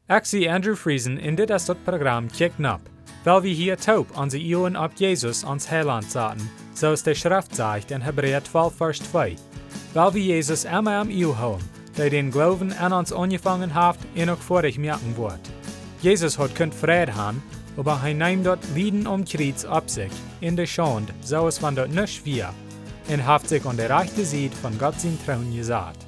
Ik zie Andrew Friesen in dit dat programma Kijk Nap, weil wir hier taub onze Ohren op Jesus ons Heiland zaten, zoals de Schrift zegt in Hebräer 12 vers 2. Weil wir Jesus immer am Eeuw houden, die den Glauben an ons angefangen heeft en ook vorig merken wordt. Jesus hat kunt vrede haben, aber hij neemt dat Lieden Kreuz op zich, in de Schande, zoals van dat nisch wir, en heeft zich aan de rechte Seite von Gott zijn Thron gezet.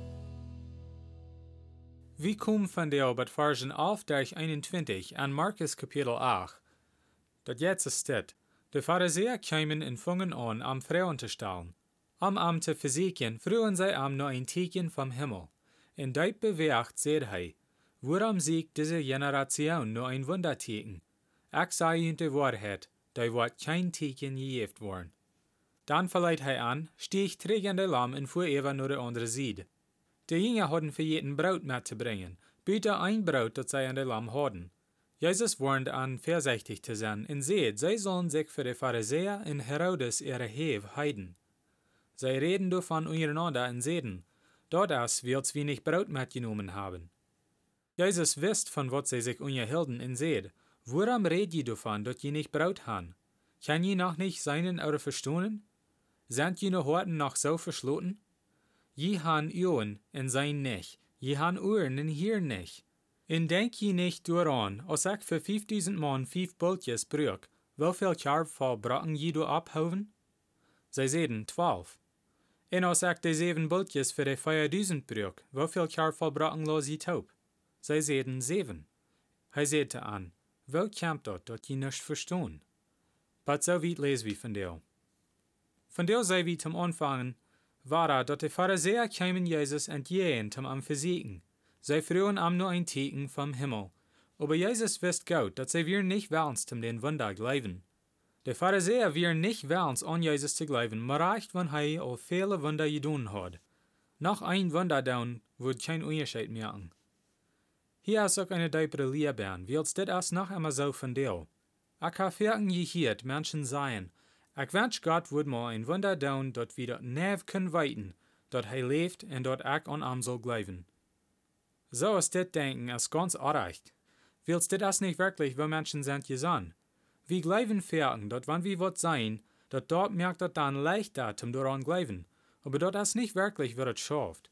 Wir kommen von der op Versen 11 durch 21 an Markus Kapitel 8. Dat jetzt steht, de Pharisäer kämen en fungen an, am Frauen te stellen. Am te verzieken, vroegen zij am naar een teken vom Himmel. En dit beweegt, zei hij, waarom ziet deze generation naar een wonderteken? Ik zei je de waarheid, die wordt geen teken gegeven worden. Dan verleiht hij aan, stieg trägende Lamm en voer even naar de andere zijde. De Jünger hadden vergeten brood met te brengen, buiten een brood dat zij aan de Lamm hadden. Jezus warnt aan voorzichtig te zijn en zei, zij zullen zich voor de Pharisäer en Herodes ihre Heef heiden. Zij reden daarvan untereinander en zeiden, dat is, wils wir nicht brood metgenomen haben. Jezus wist van wat zij zich unterhielden en zei, waarom red je daarvan dat je niet brood han? Kan je nog niet seinen oder verstonen? Zijn je harten nog zo versloten? Je han oren en zijn nicht, je han oren en hier nicht. En denk je niet daaraan, als ik voor 5000 man 5 bultjes brug, hoeveel karfval braken je door ophouden? Zij zeiden 12. En als ik de 7 bultjes voor de 5000 brug, hoeveel karfval braken los je taub? Zij zeiden 7. Hij zeide aan, wel komt dat je niet verstaan? Wat zo weit lezen we van deel. Van deel zei we zum Anfangen, war dat de Pharisäer kämen Jesus entgegen zum am verzieken. Zij vroegen am nur ein teken vom Himmel. Aber Jesus wist gut, dat zij weer nicht willens zum den Wunder glauben. De Pharisäer weer nicht willens an Jesus zu glauben, maar echt wann hij al viele Wunder gedaan had. Noch ein Wunder doen, wordt kein Unterschied merken. Hier is ook eine diepere Leerbaan, wils dit is noch immer so von deel. Ik heb verken gehoord Menschen zeggen, ik wens Gott would mal ein Wunder doen, dat we dat nev kunnen weten, dat hij leeft en dat ik aan hem zal glauben. So ist dit denken is ganz orecht. Wils dit is nicht wirklich, wo Menschen sind gesan. Wir glauben verken, dat wann wir wat sein, dat dort merkt dat dann leichter zum daran glauben, aber dat is nicht wirklich, wat het schafft.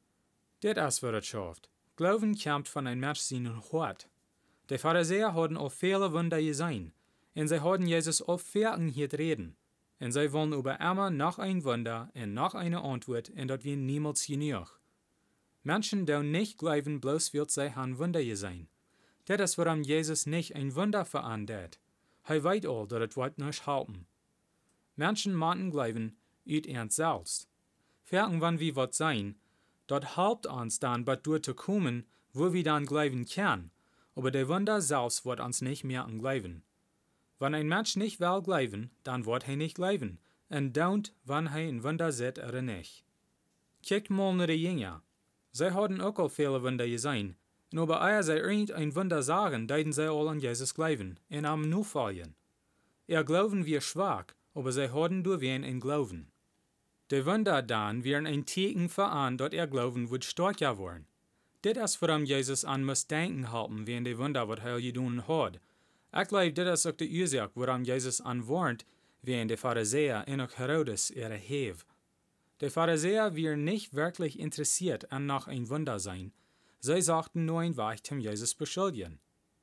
Dit is wat het schafft. Glauben kommt von ein Mensch seinen Hort. De Pharisäer hadden al viele Wunder gesehen, en zij hadden Jesus al verken hier reden. En zij wollen über immer noch ein Wunder en noch eine Antwort, en dat wir niemals genug. Menschen doen nicht glauben, bloß wird zij han Wunder gesehen. Dat is waarom Jesus nicht ein Wunder verandert. Hij weet al dat het wordt nicht halten. Menschen moeten glauben uit ernst selbst. Verken wann wir wat sein, dat helpt ons dan bat door te komen, wo wir dan glauben kann, aber der Wunder selbst wird uns nicht mehr an glauben. Wenn ein Mensch nicht will glauben, dann wird er nicht glauben, und don't, wenn er ein Wunder sieht oder nicht. Kijkt mal naar de Jünger. Zij hadden ook al viele Wunder gesehen, en aber eer zij irgendein Wunder sagen, deiden zij al an Jesus glauben, en am nu fallen. Glauben wir schwach, aber zij hadden door wen ein Glauben. De Wunder dan wären ein teken voor dat glauben wird starker worden. Dit is waarom Jesus an moest denken helpen wegen de Wunder wat hij gedaan had. Ik geloof dit is ook de oorzaak waarom Jesus an warnt wegen de Pharisäer en ook Herodes ihre Heef. De Pharisäer waren nicht wirklich interessiert an noch ein Wunder sein. Zij sagten nur ein Weg zum Jesus beschuldigen.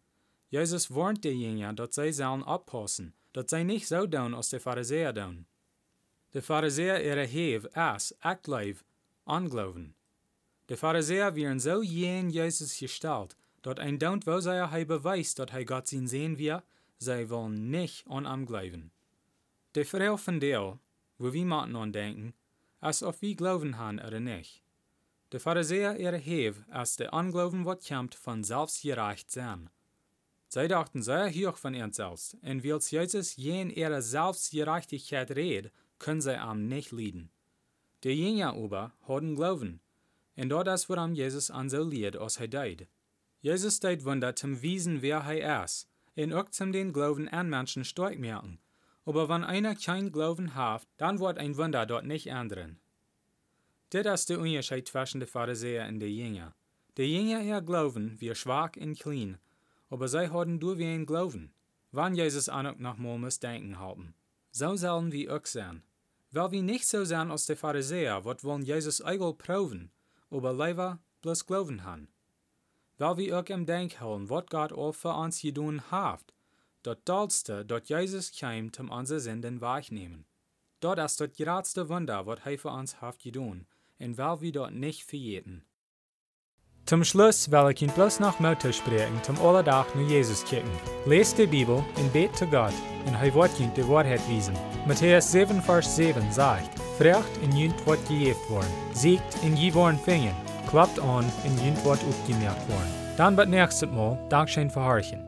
Jesus warnt de Jünger, dat zij sollen oppassen, dat zij nicht so doen als de Pharisäer doen. De Pharisäer ihre Heef is, ik geloof, angloven. De Pharisäer waren so jen Jesus gestalt, dat ein Don't wo zij hij beweist dat hij Gott zien sehen wir, zij wollen nicht an hem glauben. De Frau von deel, wo wir moeten an denken, is of wir glauben han oder nicht. De Pharisäer ihre Heef is de angloven wat komt van selbstgerecht zijn. Zij dachten sehr hoch von ihren selbst, en wils Jesus jen ihre Selbstgerechtigkeit redt, können zij am nicht leiden. De Jünger aber hadden glauben, en dat is waarom Jesus an so leed als hij deed. Jesus deed Wunder zum wiesen wer hij is, en ook zum den Glauben an Menschen stark merken. Aber wenn einer kein Glauben hat, dann wird ein Wunder dort nicht ändern. Dit is de Unterschied zwischen de Pharisäer en de Jünger. De Jünger ihr Glauben wir schwach und klein, aber sie hadden durch wie ein Glauben. Wann Jesus an auch noch mal muss denken halten. So sollen wir auch sein. Weil wir nicht so sein als die Pharisäer, wat wollen Jesus eigentlich proben, aber lieber bloß Glauben haben. Weil wir auch im Denk halten, wat Gott all für uns gedaan hat, dat dollste, dat Jesus kwam, um unsere Sünden wegnehmen. Dat ist das grootste Wunder, wat hij für uns hat gedaan, und weil wir dat nicht vergeten. Zum Schluss will ich Ihnen bloß noch Motto sprechen, zum Alltag nur Jesus kicken. Lest die Bibel und bet zu Gott, und er wird Ihnen die Wahrheit wiesen. Matthäus 7, Vers 7 sagt, Fragt und Jünt wird gejeft worden, siegt und je worden fingen, klappt an und Jünt wird aufgemerkt worden. Dann bis nächstes Mal, Dankeschön für Horchen.